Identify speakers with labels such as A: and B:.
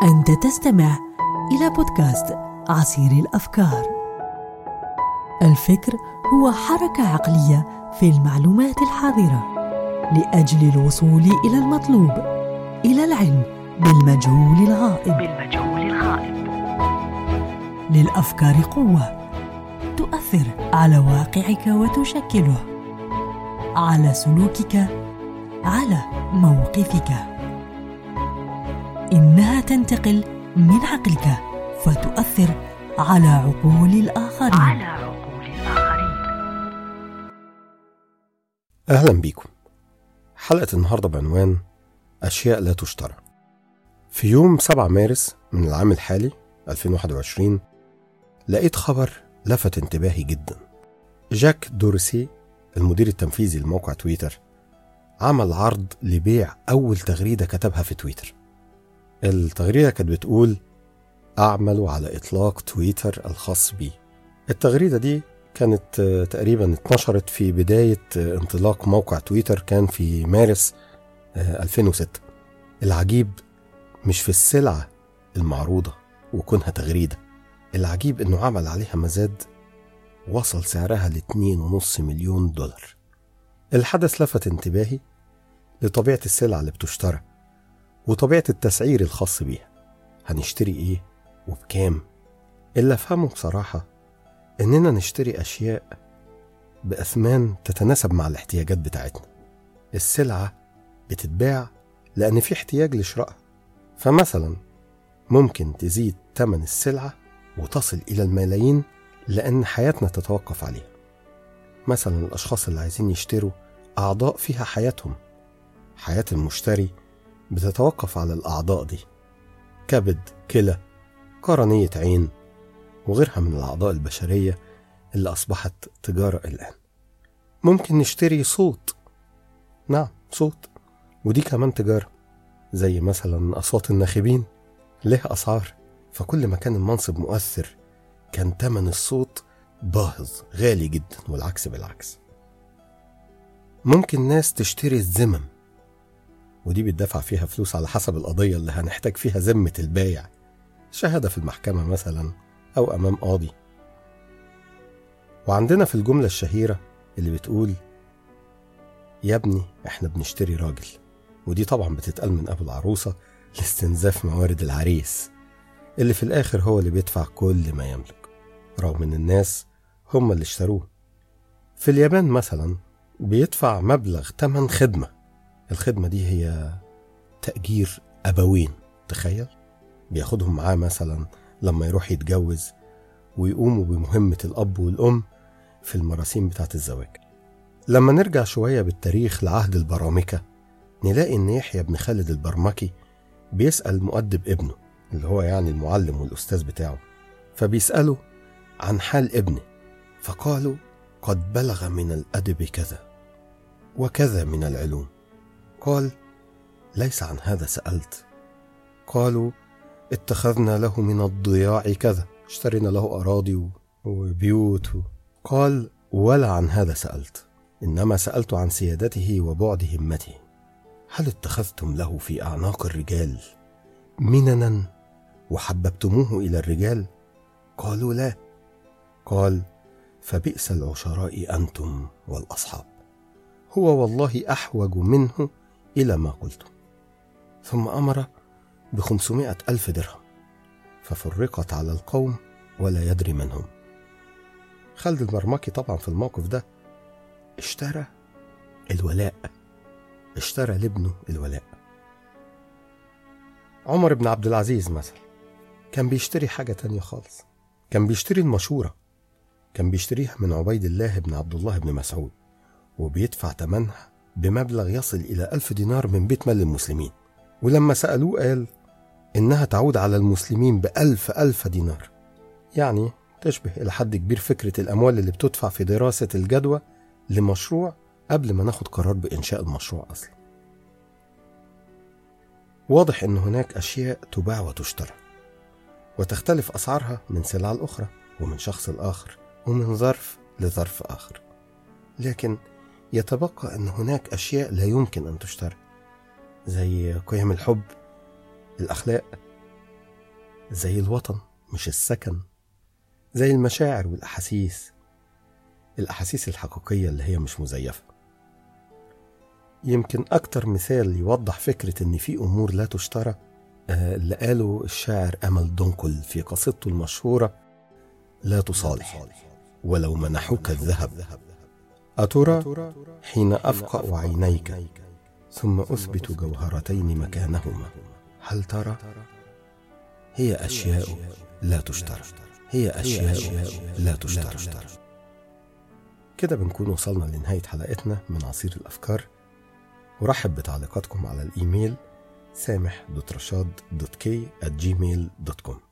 A: أنت تستمع إلى بودكاست عصير الأفكار. الفكر هو حركة عقلية في المعلومات الحاضرة لأجل الوصول إلى المطلوب، إلى العلم بالمجهول الغائب. للأفكار قوة تؤثر على واقعك وتشكله، على سلوكك، على موقفك. إنها تنتقل من عقلك فتؤثر على عقول الآخرين.
B: أهلا بكم. حلقة النهاردة بعنوان أشياء لا تشترى. في يوم 7 مارس من العام الحالي 2021 لقيت خبر لفت انتباهي جدا. جاك دورسي المدير التنفيذي لموقع تويتر عمل عرض لبيع أول تغريدة كتبها في تويتر. التغريدة كانت بتقول: أعمل على إطلاق تويتر الخاص بي. التغريدة دي كانت تقريبا اتنشرت في بداية انطلاق موقع تويتر، كان في مارس 2006. العجيب مش في السلعة المعروضة وكونها تغريدة، العجيب انه عمل عليها مزاد وصل سعرها ل$2.5 مليون. الحدث لفت انتباهي لطبيعة السلعة اللي بتشترى وطبيعة التسعير الخاص بيها. هنشتري ايه وبكام؟ اللي افهمه بصراحة اننا نشتري اشياء بأثمان تتناسب مع الاحتياجات بتاعتنا. السلعة بتتباع لأن في احتياج لشرائها، فمثلا ممكن تزيد ثمن السلعة وتصل إلى الملايين لأن حياتنا تتوقف عليها. مثلا الأشخاص اللي عايزين يشتروا أعضاء فيها حياتهم، حياة المشتري بتتوقف على الأعضاء دي، كبد، كلى، قرنية عين وغيرها من الأعضاء البشرية اللي أصبحت تجارة الآن. ممكن نشتري صوت، نعم صوت، ودي كمان تجارة، زي مثلا أصوات الناخبين لها أسعار. فكل ما كان المنصب مؤثر كان تمن الصوت باهظ غالي جدا، والعكس بالعكس. ممكن ناس تشتري الذمم، ودي بتدفع فيها فلوس على حسب القضية اللي هنحتاج فيها ذمة البايع، شهادة في المحكمة مثلا أو أمام قاضي. وعندنا في الجملة الشهيرة اللي بتقول: يا ابني احنا بنشتري راجل، ودي طبعا بتتقال من أبو العروسة لاستنزاف موارد العريس اللي في الآخر هو اللي بيدفع كل ما يملك، رغم ان الناس هم اللي اشتروه. في اليابان مثلا بيدفع مبلغ تمن خدمة. الخدمة دي هي تأجير أبوين، تخيل، بياخدهم معاه مثلا لما يروح يتجوز ويقوموا بمهمة الأب والأم في المراسيم بتاعة الزواج. لما نرجع شوية بالتاريخ لعهد البرامكة نلاقي إن يحيى بن خالد البرمكي بيسأل مؤدب ابنه اللي هو يعني المعلم والأستاذ بتاعه، فبيسأله عن حال ابنه، فقالوا: قد بلغ من الأدب كذا وكذا من العلوم. قال: ليس عن هذا سألت. قالوا: اتخذنا له من الضياع كذا، اشترينا له أراضي وبيوت. قال: ولا عن هذا سألت، إنما سألت عن سيادته وبعد همته. هل اتخذتم له في أعناق الرجال مننا وحببتموه إلى الرجال؟ قالوا: لا. قال: فبئس العشراء أنتم والأصحاب، هو والله أحوج منه إلى ما قلتم. ثم أمر ب500,000 درهم، ففرقت على القوم ولا يدري من هم. خالد البرمكي طبعا في الموقف ده اشترى الولاء، اشترى لابنه الولاء. عمر بن عبد العزيز مثلا كان بيشتري حاجة تانية خالص، كان بيشتري المشورة، كان بيشتريها من عبيد الله بن عبد الله بن مسعود، وبيدفع ثمنها بمبلغ يصل إلى 1000 دينار من بيت مال المسلمين. ولما سألوه قال إنها تعود على المسلمين ب1000 دينار، يعني تشبه إلى حد كبير فكرة الأموال اللي بتدفع في دراسة الجدوى لمشروع قبل ما ناخد قرار بإنشاء المشروع أصلا. واضح إن هناك أشياء تباع وتشترى، وتختلف أسعارها من سلعة لأخرى ومن شخص لآخر ومن ظرف لظرف آخر، لكن يتبقى أن هناك أشياء لا يمكن أن تشترى، زي قيم الحب، الأخلاق، زي الوطن مش السكن، زي المشاعر والأحاسيس، الأحاسيس الحقيقية اللي هي مش مزيفة. يمكن أكتر مثال يوضح فكرة إن في أمور لا تشترى اللي قاله الشاعر أمل دنقل في قصيدته المشهورة لا تصالح ولو منحوك الذهب. أترى حين أفقأ عينيك ثم أثبت جوهرتين مكانهما، هل ترى؟ هي أشياء لا تشترى، هي أشياء لا تشترى. كده بنكون وصلنا لنهاية حلقتنا من عصير الأفكار. ورحب بتعليقاتكم على الإيميل samih.rashad.k@gmail.com.